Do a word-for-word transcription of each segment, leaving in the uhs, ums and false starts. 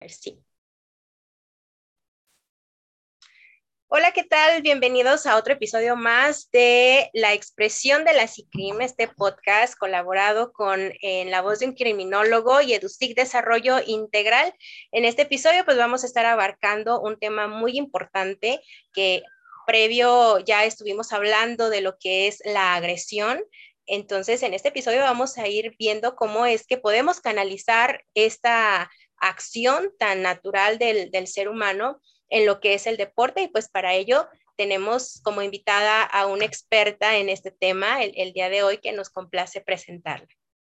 ver si. Hola, ¿qué tal? Bienvenidos a otro episodio más de La Expresión de la CICRIM, este podcast colaborado con En la Voz de un Criminólogo y EduSIC Desarrollo Integral. En este episodio pues vamos a estar abarcando un tema muy importante que previo ya estuvimos hablando de lo que es la agresión. Entonces, en este episodio vamos a ir viendo cómo es que podemos canalizar esta acción tan natural del, del ser humano en lo que es el deporte, y pues para ello tenemos como invitada a una experta en este tema el, el día de hoy, que nos complace presentarla.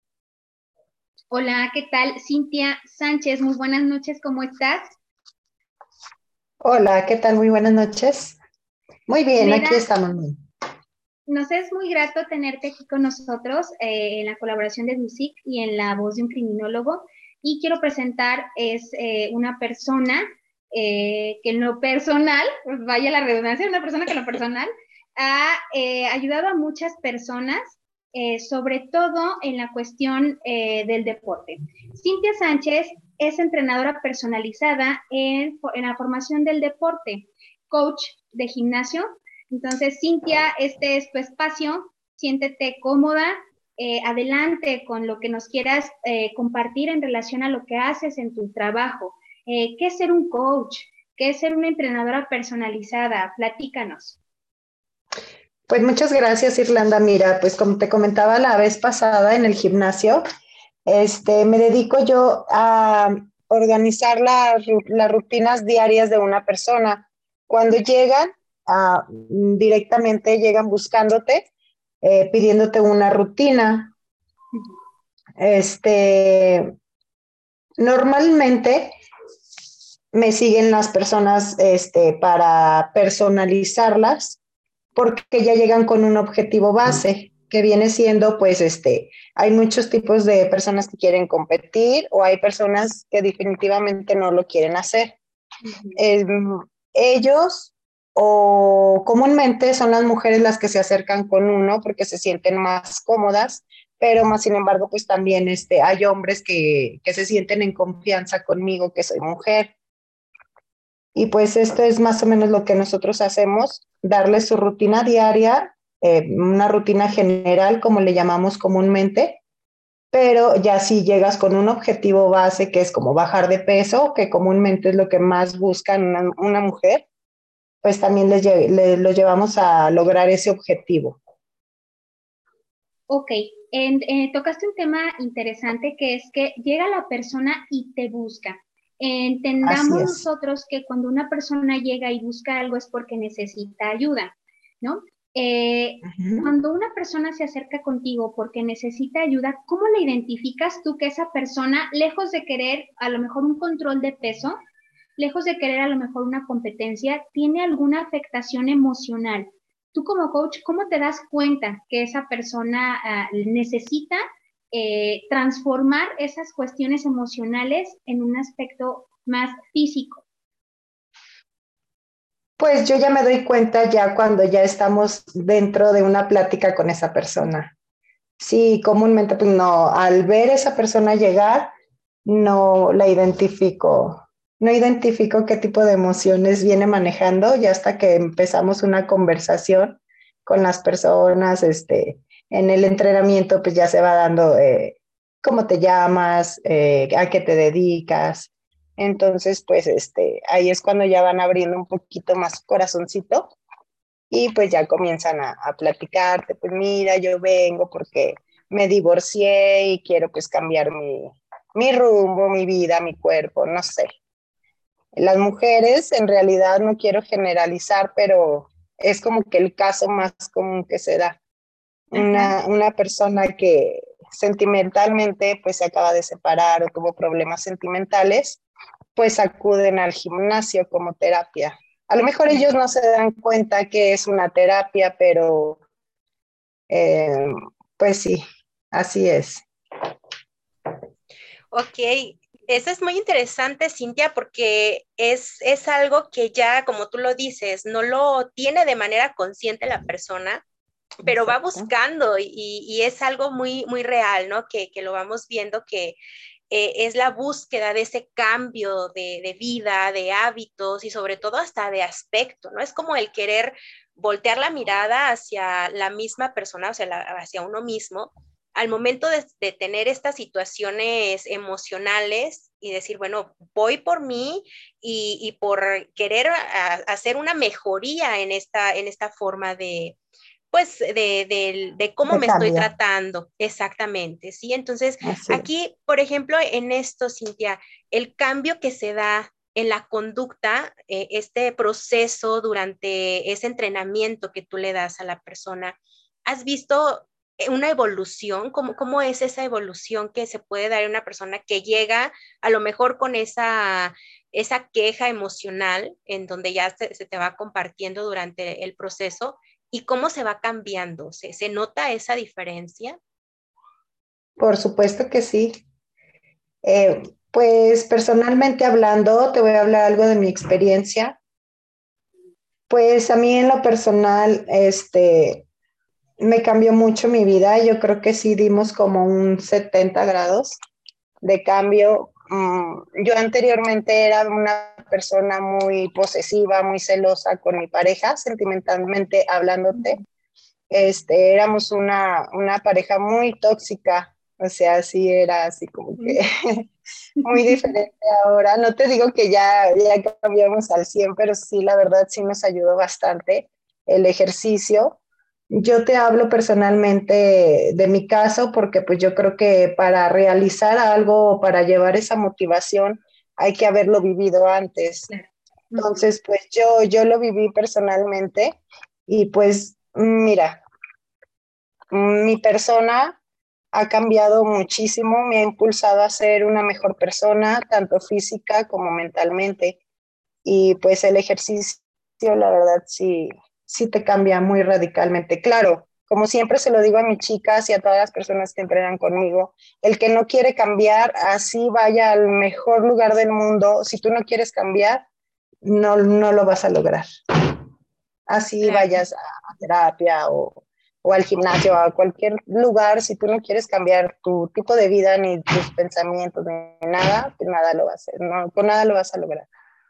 Hola, ¿qué tal? Cintia Sánchez, muy buenas noches, ¿cómo estás? Hola, ¿qué tal? Muy buenas noches. Muy bien, Me aquí da, estamos. nos es muy grato tenerte aquí con nosotros eh, en la colaboración de EduSIC y en La Voz de un Criminólogo. Y quiero presentar, es eh, una persona eh, que en lo personal, pues vaya la redundancia, una persona que en lo personal ha eh, ayudado a muchas personas, eh, sobre todo en la cuestión eh, del deporte. Cintia Sánchez es entrenadora personalizada en, en la formación del deporte, coach de gimnasio. Entonces, Cintia, este es tu espacio, siéntete cómoda, eh, adelante con lo que nos quieras eh, compartir en relación a lo que haces en tu trabajo. Eh, ¿Qué es ser un coach? ¿Qué es ser una entrenadora personalizada? Platícanos. Pues muchas gracias, Irlanda. Mira, pues como te comentaba la vez pasada en el gimnasio, este, me dedico yo a organizar la, las rutinas diarias de una persona. Cuando llegan, a, directamente llegan buscándote, eh, pidiéndote una rutina. Este, normalmente me siguen las personas este, para personalizarlas, porque ya llegan con un objetivo base, que viene siendo, pues, este, hay muchos tipos de personas que quieren competir o hay personas que definitivamente no lo quieren hacer. Uh-huh. Eh, ellos o comúnmente son las mujeres las que se acercan con uno porque se sienten más cómodas, pero más sin embargo, pues también este, hay hombres que, que se sienten en confianza conmigo, que soy mujer. Y pues esto es más o menos lo que nosotros hacemos, darles su rutina diaria, eh, una rutina general, como le llamamos comúnmente, pero ya si llegas con un objetivo base, que es como bajar de peso, que comúnmente es lo que más buscan una, una mujer, pues también les, les lo llevamos a lograr ese objetivo. Ok, en, eh, tocaste un tema interesante, que es que llega la persona y te busca. Así Entendamos es. nosotros que cuando una persona llega y busca algo es porque necesita ayuda, ¿no? Eh, Uh-huh. Cuando una persona se acerca contigo porque necesita ayuda, ¿cómo le identificas tú que esa persona, lejos de querer a lo mejor un control de peso, lejos de querer a lo mejor una competencia, tiene alguna afectación emocional? Tú como coach, ¿cómo te das cuenta que esa persona uh, necesita eh, transformar esas cuestiones emocionales en un aspecto más físico? Pues yo ya me doy cuenta ya cuando ya estamos dentro de una plática con esa persona. Sí, comúnmente pues no, al ver esa persona llegar, no la identifico, no identifico qué tipo de emociones viene manejando, ya hasta que empezamos una conversación con las personas, este, en el entrenamiento pues ya se va dando eh, cómo te llamas, eh, a qué te dedicas. Entonces pues este, ahí es cuando ya van abriendo un poquito más corazoncito y pues ya comienzan a, a platicarte, pues mira, yo vengo porque me divorcié y quiero pues cambiar mi, mi rumbo, mi vida, mi cuerpo, no sé. Las mujeres, en realidad no quiero generalizar, pero es como que el caso más común que se da. Una, una persona que sentimentalmente pues se acaba de separar o tuvo problemas sentimentales, pues acuden al gimnasio como terapia. A lo mejor ellos no se dan cuenta que es una terapia, pero eh, pues sí, así es. Ok, eso es muy interesante, Cintia, porque es, es algo que ya, como tú lo dices, no lo tiene de manera consciente la persona, pero va Exacto. buscando y, y es algo muy, muy real, ¿no? Que, que lo vamos viendo que eh, es la búsqueda de ese cambio de, de vida, de hábitos y sobre todo hasta de aspecto, ¿no? Es como el querer voltear la mirada hacia la misma persona, o sea, la, hacia uno mismo, al momento de, de, tener estas situaciones emocionales y decir, bueno, voy por mí y, y por querer a, hacer una mejoría en esta, en esta forma de, pues, de, de, de cómo De me estoy cambio. tratando exactamente, ¿sí? Entonces, Así es. aquí, por ejemplo, en esto, Cintia, el cambio que se da en la conducta, eh, este proceso durante ese entrenamiento que tú le das a la persona, ¿has visto una evolución? ¿Cómo, cómo es esa evolución que se puede dar en una persona que llega a lo mejor con esa, esa queja emocional en donde ya se, se te va compartiendo durante el proceso y cómo se va cambiando? ¿Se, se nota esa diferencia? Por supuesto que sí. Eh, pues personalmente hablando, te voy a hablar algo de mi experiencia. Pues a mí en lo personal, este, me cambió mucho mi vida. Yo creo que sí dimos como un setenta grados de cambio. Mm, yo anteriormente era una persona muy posesiva, muy celosa con mi pareja, sentimentalmente hablándote. Este, éramos una, una pareja muy tóxica, o sea, sí era así como que muy diferente ahora. No te digo que ya, ya cambiamos al cien, pero sí, la verdad sí nos ayudó bastante el ejercicio. Yo te hablo personalmente de mi caso porque pues yo creo que para realizar algo, para llevar esa motivación, hay que haberlo vivido antes. Claro. Entonces, pues yo, yo lo viví personalmente y pues mira, mi persona ha cambiado muchísimo, me ha impulsado a ser una mejor persona, tanto física como mentalmente. Y pues el ejercicio, la verdad, sí, sí te cambia muy radicalmente. Claro, como siempre se lo digo a mis chicas y a todas las personas que entrenan conmigo, el que no quiere cambiar, así vaya al mejor lugar del mundo, si tú no quieres cambiar, no, no lo vas a lograr. Así Claro. vayas a terapia o, o al gimnasio, a cualquier lugar, si tú no quieres cambiar tu tipo de vida, ni tus pensamientos, ni nada, pues nada lo vas a hacer, no, con nada lo vas a lograr.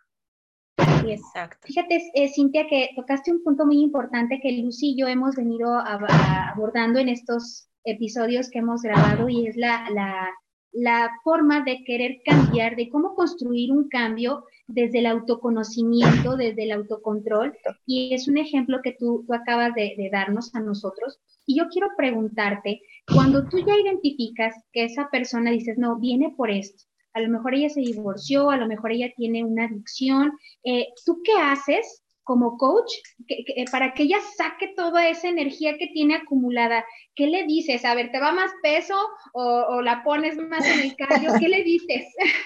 Sí, Exacto. fíjate, eh, Cintia, que tocaste un punto muy importante que Lucy y yo hemos venido a, a, abordando en estos episodios que hemos grabado y es la, la, la forma de querer cambiar, de cómo construir un cambio desde el autoconocimiento, desde el autocontrol. Y es un ejemplo que tú, tú acabas de, de darnos a nosotros. Y yo quiero preguntarte, cuando tú ya identificas que esa persona dices, no, viene por esto, a lo mejor ella se divorció, a lo mejor ella tiene una adicción, eh, ¿tú qué haces como coach que, que, para que ella saque toda esa energía que tiene acumulada? ¿Qué le dices? A ver, ¿te va más peso o, o la pones más en el cardio? ¿Qué le dices?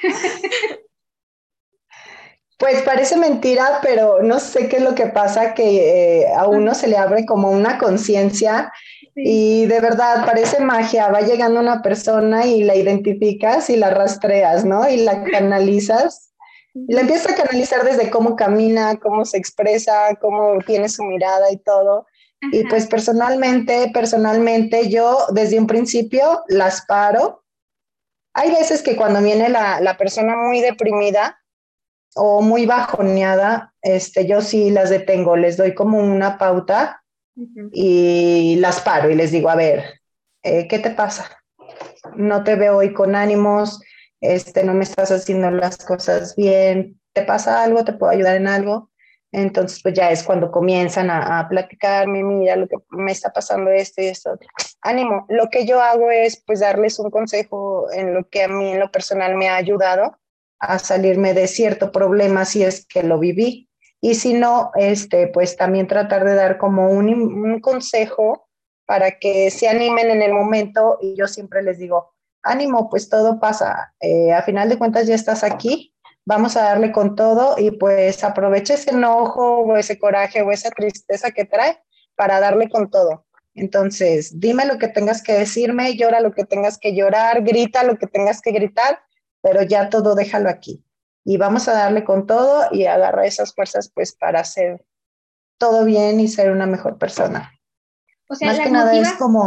Pues parece mentira, pero no sé qué es lo que pasa, que eh, a uno se le abre como una conciencia Sí. y de verdad parece magia, va llegando una persona y la identificas y la rastreas, ¿no? Y la canalizas. Y la empiezas a canalizar desde cómo camina, cómo se expresa, cómo tiene su mirada y todo. Y pues Ajá. personalmente, personalmente yo desde un principio las paro. Hay veces que cuando viene la, la persona muy deprimida, o muy bajoneada, este, yo sí las detengo, les doy como una pauta Uh-huh. y las paro y les digo, a ver, eh, ¿qué te pasa? No te veo hoy con ánimos, este, no me estás haciendo las cosas bien, ¿te pasa algo? ¿Te puedo ayudar en algo? Entonces, pues ya es cuando comienzan a, a platicarme, mira, lo que me está pasando esto y esto. Ánimo, lo que yo hago es pues darles un consejo en lo que a mí en lo personal me ha ayudado a salirme de cierto problema si es que lo viví. Y si no, este, pues también tratar de dar como un, un consejo para que se animen en el momento y yo siempre les digo, ánimo, pues todo pasa, eh, a final de cuentas ya estás aquí, vamos a darle con todo y pues aprovecha ese enojo o ese coraje o esa tristeza que trae para darle con todo. Entonces, dime lo que tengas que decirme, llora lo que tengas que llorar, grita lo que tengas que gritar, pero ya todo déjalo aquí. Y vamos a darle con todo y agarra esas fuerzas pues para hacer todo bien y ser una mejor persona. O sea, Más que las nada es motivas, como,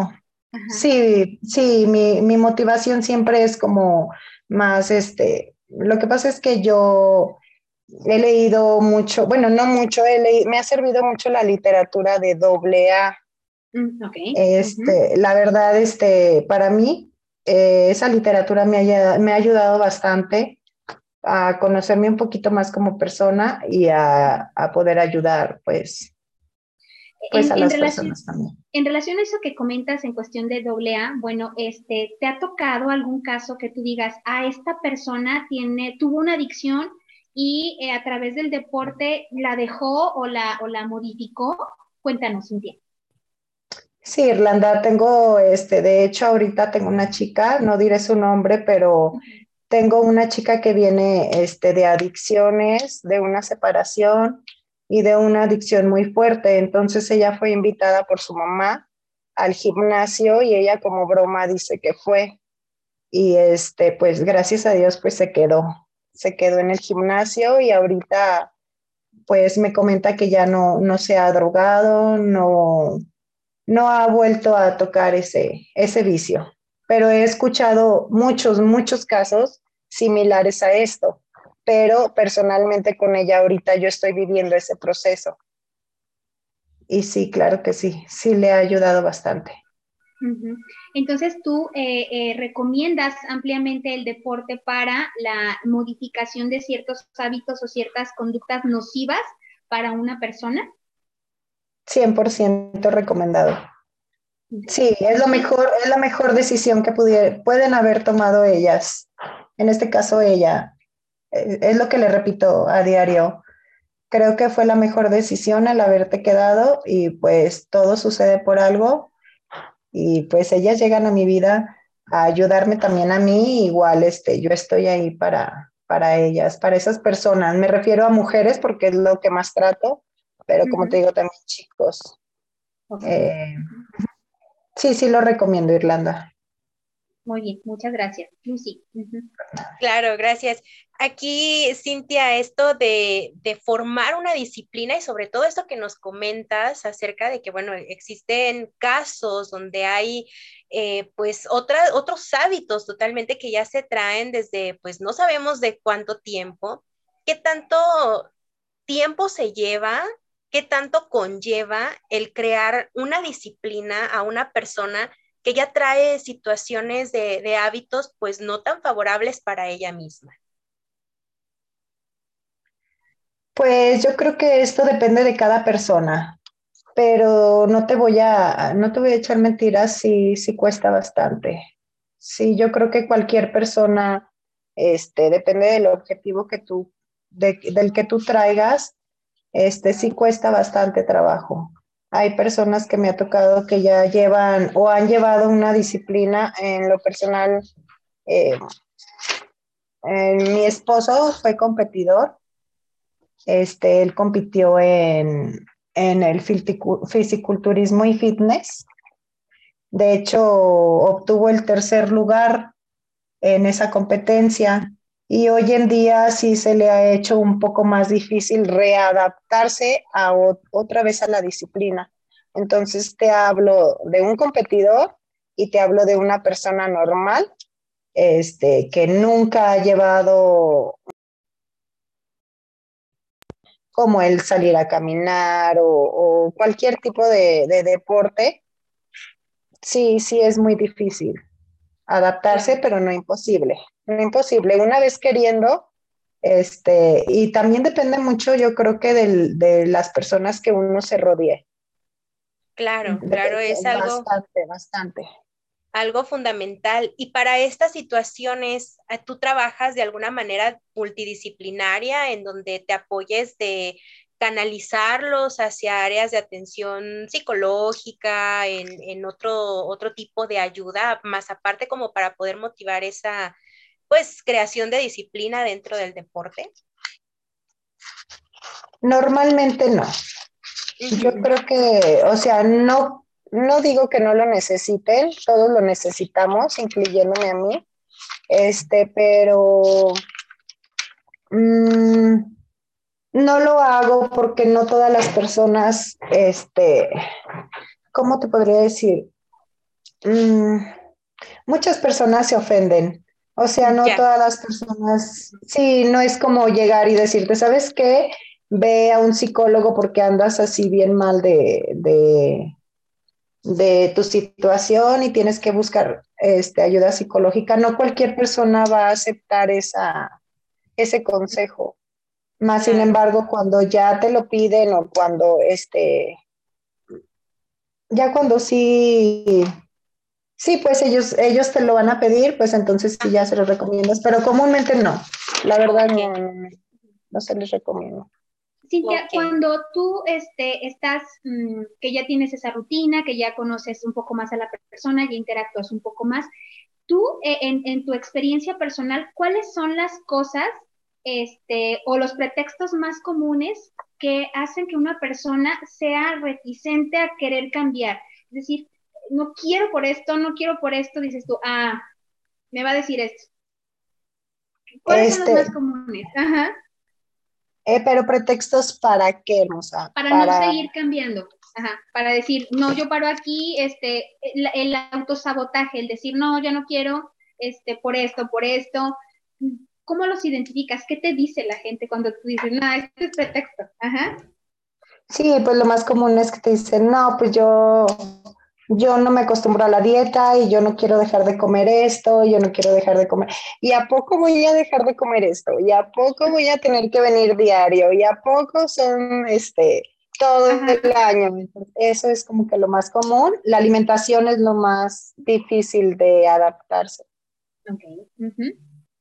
Ajá. Sí, sí, mi, mi motivación siempre es como más, este, lo que pasa es que yo he leído mucho, bueno, no mucho, he leído, me ha servido mucho la literatura de doble A. Mm, ok. Ujú. Este, la verdad, este, para mí, eh, esa literatura me ha, me ha ayudado bastante a conocerme un poquito más como persona y a, a poder ayudar, pues, pues En, a en las relación, personas también. en relación a eso que comentas en cuestión de doble A, bueno, este, ¿te ha tocado algún caso que tú digas, a esta persona tiene, tuvo una adicción y eh, a través del deporte la dejó o la, o la modificó? Cuéntanos, Cintia. Sí, Irlanda, tengo, este, de hecho, ahorita tengo una chica, no diré su nombre, pero tengo una chica que viene, este, de adicciones, de una separación y de una adicción muy fuerte. Entonces ella fue invitada por su mamá al gimnasio y ella como broma dice que fue. Y este, pues gracias a Dios, pues se quedó, se quedó en el gimnasio y ahorita, pues me comenta que ya no, no se ha drogado, no no ha vuelto a tocar ese, ese vicio, pero he escuchado muchos, muchos casos similares a esto, pero personalmente con ella ahorita yo estoy viviendo ese proceso. Y sí, claro que sí, sí le ha ayudado bastante. Ujú. Entonces, ¿tú eh, eh, recomiendas ampliamente el deporte para la modificación de ciertos hábitos o ciertas conductas nocivas para una persona? cien por ciento recomendado. Sí, es lo Sí. mejor, es la mejor decisión que pudier- pueden haber tomado ellas. En este caso, ella. Eh, Es lo que le repito a diario. Creo que fue la mejor decisión el haberte quedado y pues todo sucede por algo y pues ellas llegan a mi vida a ayudarme también a mí, igual este, yo estoy ahí para, para ellas, para esas personas. Me refiero a mujeres porque es lo que más trato, pero como te Ujú. digo también chicos. Ok. Eh, Ujú. sí, sí lo recomiendo, Irlanda. Muy bien, muchas gracias. Lucy. Ujú. Claro, gracias. Aquí, Cintia, esto de, de formar una disciplina y sobre todo esto que nos comentas acerca de que, bueno, existen casos donde hay, eh, pues, otra- otros hábitos totalmente que ya se traen desde, pues, no sabemos de cuánto tiempo. ¿Qué tanto tiempo se lleva? ¿Qué tanto conlleva el crear una disciplina a una persona que ya trae situaciones de, de hábitos pues no tan favorables para ella misma? Pues yo creo que esto depende de cada persona, pero no te voy a, no te voy a echar mentiras, sí, sí cuesta bastante. Sí, yo creo que cualquier persona, este, depende del objetivo que tú, de- del que tú traigas, este, sí cuesta bastante trabajo. Hay personas que me ha tocado que ya llevan o han llevado una disciplina en lo personal. eh, eh, Mi esposo fue competidor, este, él compitió en, en el filticu- fisiculturismo y fitness. De hecho, obtuvo el tercer lugar en esa competencia y hoy en día sí se le ha hecho un poco más difícil readaptarse a o- otra vez a la disciplina. Entonces te hablo de un competidor y te hablo de una persona normal, este, que nunca ha llevado como el salir a caminar o, o cualquier tipo de, de deporte. Sí, sí es muy difícil adaptarse, Claro. pero no imposible. No imposible. Una vez queriendo, este, y también depende mucho, yo creo que del, de las personas que uno se rodee. Claro, claro, Depende es algo, bastante, bastante. algo fundamental. Y para estas situaciones, eh, ¿tú trabajas de alguna manera multidisciplinaria en donde te apoyes de canalizarlos hacia áreas de atención psicológica, en, en otro, otro tipo de ayuda, más aparte como para poder motivar esa, pues, creación de disciplina dentro del deporte? Normalmente no. Yo Ujú. creo que, o sea, no, no digo que no lo necesiten, todos lo necesitamos, incluyéndome a mí, este, pero mm, no lo hago porque no todas las personas, este, ¿cómo te podría decir? mm, muchas personas se ofenden. O sea, no Ya. todas las personas, sí, no es como llegar y decirte, ¿sabes qué? Ve a un psicólogo porque andas así bien mal de, de, de tu situación y tienes que buscar este, ayuda psicológica. No cualquier persona va a aceptar esa, ese consejo. Más sin Claro. embargo, cuando ya te lo piden o cuando este, ya cuando sí, sí, pues ellos, ellos te lo van a pedir, pues entonces sí ya Ajá. se los recomiendas, pero comúnmente no. La verdad Ok, no, no, no, no se les recomienda. Cintia, ok. cuando tú este, estás, mm, que ya tienes esa rutina, que ya conoces un poco más a la persona, ya interactúas un poco más, tú, eh, en, en tu experiencia personal, ¿cuáles son las cosas este, o los pretextos más comunes que hacen que una persona sea reticente a querer cambiar? Es decir, no quiero por esto, no quiero por esto, dices tú, ah, me va a decir esto. ¿Cuáles son los más Este, comunes? Ajá. eh, pero pretextos para qué, hermosa, Para no para, seguir cambiando. Ajá, para decir, no, yo paro aquí, este, el, el autosabotaje, el decir, no, yo no quiero, este, por esto, por esto. ¿Cómo los identificas? ¿Qué te dice la gente cuando tú dices, no, este es pretexto? Ajá. sí, pues lo más común es que te dicen, no, pues yo, yo no me acostumbro a la dieta y yo no quiero dejar de comer esto, yo no quiero dejar de comer. ¿Y a poco voy a dejar de comer esto? ¿Y a poco voy a tener que venir diario? ¿Y a poco son, este, todo Ajá. el año? Eso es como que lo más común. La alimentación es lo más difícil de adaptarse. Ok. Uh-huh.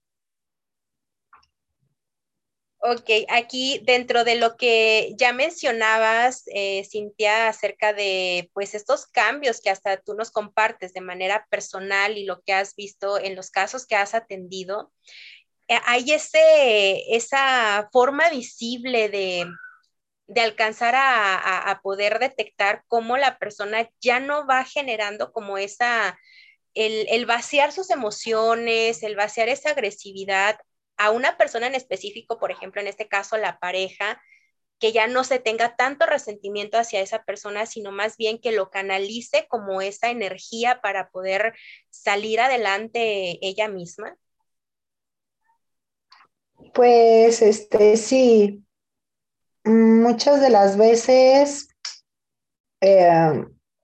Ok, aquí dentro de lo que ya mencionabas, eh, Cintia, acerca de pues estos cambios que hasta tú nos compartes de manera personal y lo que has visto en los casos que has atendido, eh, hay ese, esa forma visible de, de alcanzar a, a, a poder detectar cómo la persona ya no va generando como esa el, el vaciar sus emociones, el vaciar esa agresividad a una persona en específico, por ejemplo, en este caso la pareja, que ya no se tenga tanto resentimiento hacia esa persona, sino más bien que lo canalice como esa energía para poder salir adelante ella misma. Pues, este, sí, muchas de las veces eh,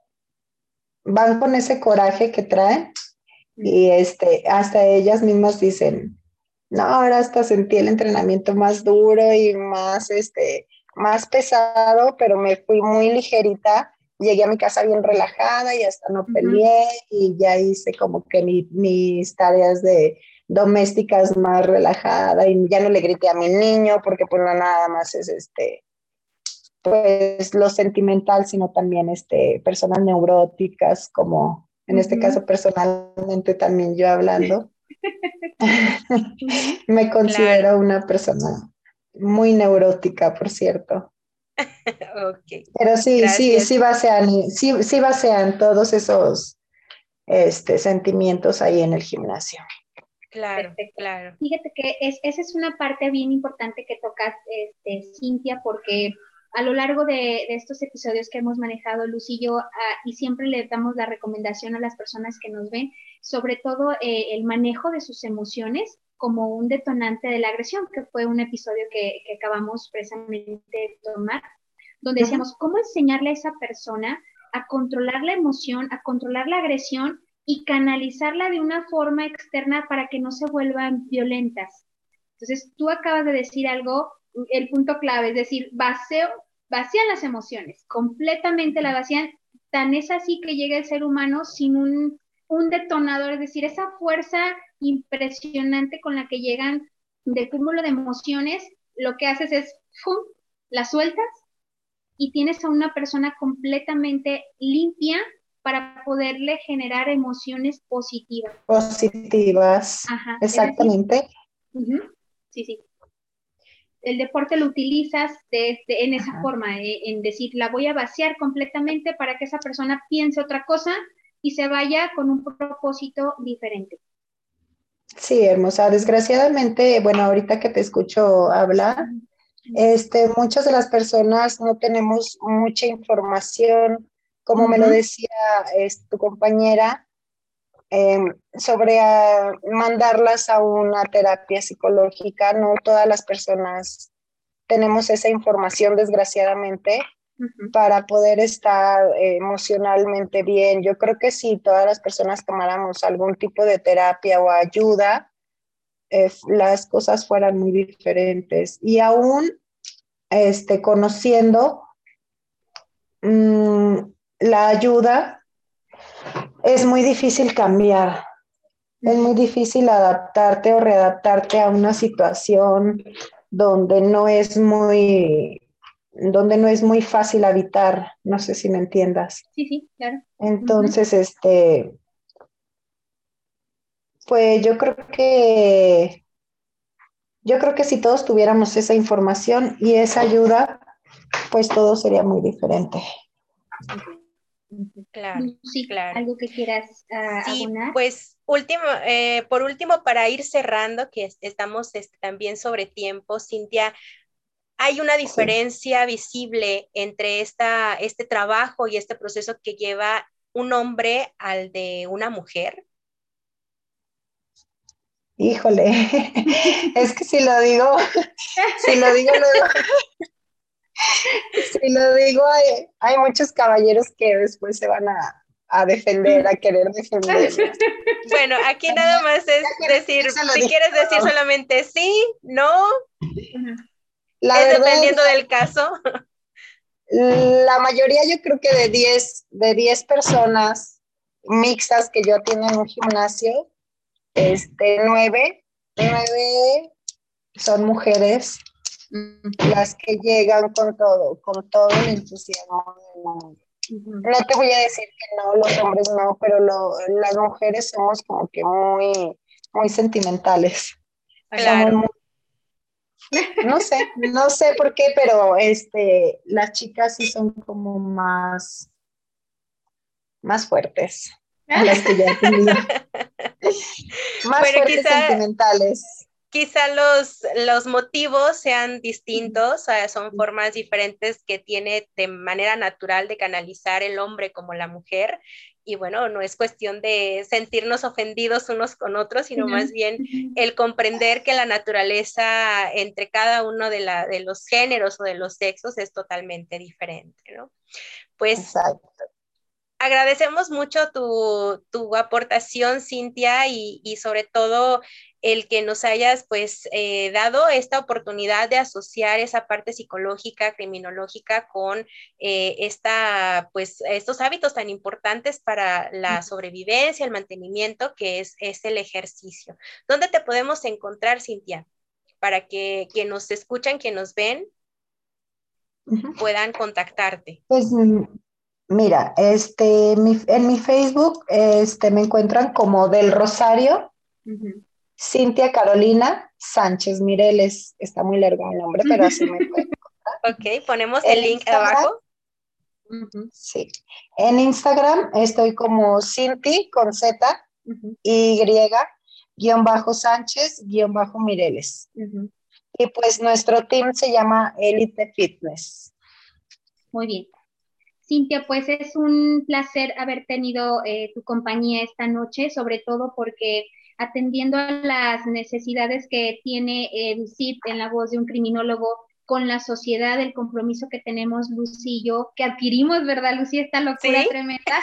van con ese coraje que traen y este, hasta ellas mismas dicen, no, ahora hasta sentí el entrenamiento más duro y más, este, más pesado, pero me fui muy ligerita. Llegué a mi casa bien relajada y hasta no Uh-huh. peleé y ya hice como que mi, mis tareas de domésticas más relajada y ya no le grité a mi niño porque pues no nada más es este, pues lo sentimental, sino también este, personas neuróticas, como en este caso Uh-huh. personalmente también yo hablando, Uh-huh. me Claro, considero una persona muy neurótica, por cierto. ok, Pero sí, sí, gracias. sí basean, sí, sí basean todos esos este, sentimientos ahí en el gimnasio. Claro, Perfecto. claro. Fíjate que es, esa es una parte bien importante que tocas, este, Cintia, porque a lo largo de, de estos episodios que hemos manejado, Luz y yo, ah, y siempre le damos la recomendación a las personas que nos ven, sobre todo eh, el manejo de sus emociones como un detonante de la agresión, que fue un episodio que, que acabamos precisamente de tomar, donde Uh -huh. decíamos, ¿cómo enseñarle a esa persona a controlar la emoción, a controlar la agresión y canalizarla de una forma externa para que no se vuelvan violentas? Entonces, tú acabas de decir algo, el punto clave, es decir, vacío, vacían las emociones, completamente la vacían, tan es así que llega el ser humano sin un, un detonador, es decir, esa fuerza impresionante con la que llegan de cúmulo de emociones, lo que haces es, ¡fum!, la sueltas y tienes a una persona completamente limpia para poderle generar emociones positivas. Positivas, Ajá, es decir, exactamente. uh-huh, sí, sí. El deporte lo utilizas de, de, en esa Ajá. forma, eh, en decir, la voy a vaciar completamente para que esa persona piense otra cosa y se vaya con un propósito diferente. Sí, hermosa. Desgraciadamente, bueno, ahorita que te escucho hablar, este, muchas de las personas no tenemos mucha información como me lo Ujú. decía es, tu compañera, eh, sobre uh, mandarlas a una terapia psicológica. No todas las personas tenemos esa información, desgraciadamente, Ujú. para poder estar eh, emocionalmente bien. Yo creo que si todas las personas tomáramos algún tipo de terapia o ayuda, eh, las cosas fueran muy diferentes. Y aún este, conociendo mmm, la ayuda, es muy difícil cambiar. Es muy difícil adaptarte o readaptarte a una situación donde no es muy, donde no es muy fácil habitar. No sé si me entiendas. Sí, sí, claro. Ujú. Entonces, este, pues yo creo que, yo creo que si todos tuviéramos esa información y esa ayuda, pues todo sería muy diferente. Ujú. Claro, Lucy, claro. ¿algo que quieras ah, Sí, abonar? pues último, eh, por último, para ir cerrando, que es- estamos este, también sobre tiempo, Cintia, ¿hay una Sí. diferencia visible entre esta, este trabajo y este proceso que lleva un hombre al de una mujer? Híjole, es que si lo digo, si lo digo luego, si lo digo, hay, hay muchos caballeros que después se van a, a defender, a querer defenderme. Bueno, aquí Pero nada ya, más ya es que ya decir, se lo si dije quieres decir todo. solamente sí, no, Ujú. La es verdad, dependiendo del caso. la mayoría, yo creo que de diez de diez personas mixtas que yo tengo en un gimnasio, este, nueve, nueve son mujeres las que llegan con todo, con todo el entusiasmo del mundo. Ujú. No te voy a decir que no, los hombres no, pero lo, las mujeres somos como que muy, muy sentimentales. Somos Claro. muy, no sé, no sé por qué, pero este, las chicas sí son como más, más fuertes a las que yo he atendido. Más Bueno, fuertes quizá sentimentales. Quizá los, los motivos sean distintos, eh, son formas diferentes que tiene de manera natural de canalizar el hombre como la mujer. Y bueno, no es cuestión de sentirnos ofendidos unos con otros, sino más bien el comprender que la naturaleza entre cada uno de, la, de los géneros o de los sexos es totalmente diferente, ¿no? Pues Exacto. agradecemos mucho tu, tu aportación, Cintia, y, y, sobre todo el que nos hayas pues eh, dado esta oportunidad de asociar esa parte psicológica, criminológica con eh, esta, pues, estos hábitos tan importantes para la sobrevivencia, el mantenimiento, que es, es el ejercicio. ¿Dónde te podemos encontrar, Cintia? Para que quienes nos escuchan, quienes nos ven, Uh-huh. puedan contactarte. Pues mira, este, mi, en mi Facebook este, me encuentran como Del Rosario, uh-huh. Cintia Carolina Sánchez Mireles. Está muy largo el nombre, pero así me pueden encontrar. Ok, ponemos el En link Instagram, abajo. Uh-huh. sí. En Instagram estoy como Cinti con Z, uh-huh. Y, guión bajo Sánchez, guión bajo Mireles. Uh-huh. Y pues nuestro team se llama Elite Fitness. Muy bien. Cintia, pues es un placer haber tenido eh, tu compañía esta noche, sobre todo porque atendiendo a las necesidades que tiene eh, Lucip en la voz de un criminólogo con la sociedad, el compromiso que tenemos Lucy y yo, que adquirimos, ¿verdad, Lucy? Esta locura ¿Sí? tremenda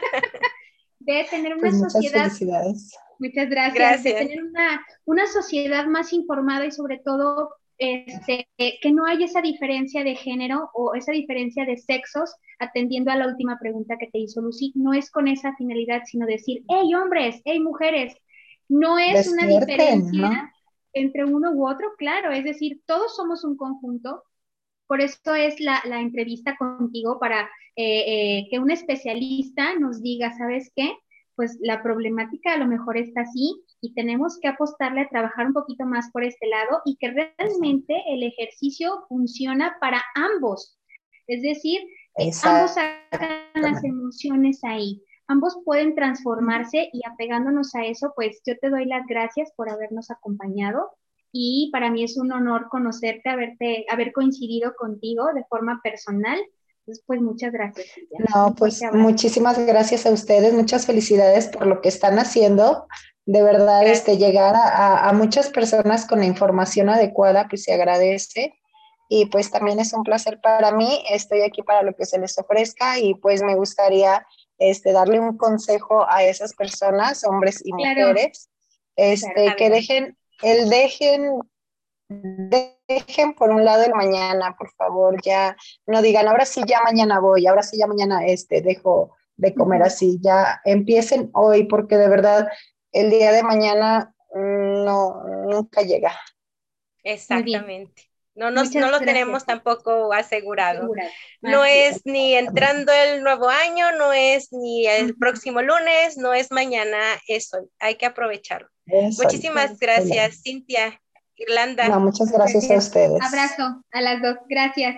de tener una Pues muchas sociedad. felicidades. Muchas gracias. De Gracias. tener una, una sociedad más informada y sobre todo este, que no haya esa diferencia de género o esa diferencia de sexos, atendiendo a la última pregunta que te hizo Lucy, no es con esa finalidad, sino decir, hey hombres, hey mujeres, no es una Despierten, diferencia ¿no? entre uno u otro, claro, es decir, todos somos un conjunto. Por eso es la, la entrevista contigo para eh, eh, que un especialista nos diga, ¿sabes qué? Pues la problemática a lo mejor está así y tenemos que apostarle a trabajar un poquito más por este lado y que realmente el ejercicio funciona para ambos. Es decir, eh, ambos sacan las emociones ahí, ambos pueden transformarse y apegándonos a eso, pues yo te doy las gracias por habernos acompañado y para mí es un honor conocerte, haberte, haber coincidido contigo de forma personal Entonces, pues muchas gracias, Silvia. No, pues muchísimas gracias a ustedes, muchas felicidades por lo que están haciendo. De verdad, Gracias. este, llegar a, a muchas personas con la información adecuada, pues se agradece. Y pues también es un placer para mí, estoy aquí para lo que se les ofrezca y pues me gustaría este, darle un consejo a esas personas, hombres y Claro. mujeres, este, Claro. que dejen, el dejen, dejen por un lado el mañana, por favor, ya no digan, ahora sí ya mañana voy, ahora sí ya mañana este, dejo de comer Ujú. así, ya empiecen hoy porque de verdad el día de mañana no, nunca llega. Exactamente. No, nos, Muchas no lo gracias. tenemos tampoco asegurado. Asegurado. No Así es ni entrando el nuevo año, no es ni el Ujú. próximo lunes, no es mañana, es hoy. Hay que aprovecharlo. Eso. Muchísimas gracias, Cintia, Irlanda. No, muchas gracias a ustedes. Abrazo a las dos. Gracias.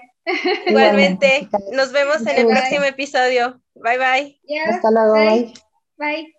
Igualmente, Igualmente. nos vemos en Mucho el gusto. próximo episodio. Bye bye. Adiós. Hasta luego, Bye. bye. Bye.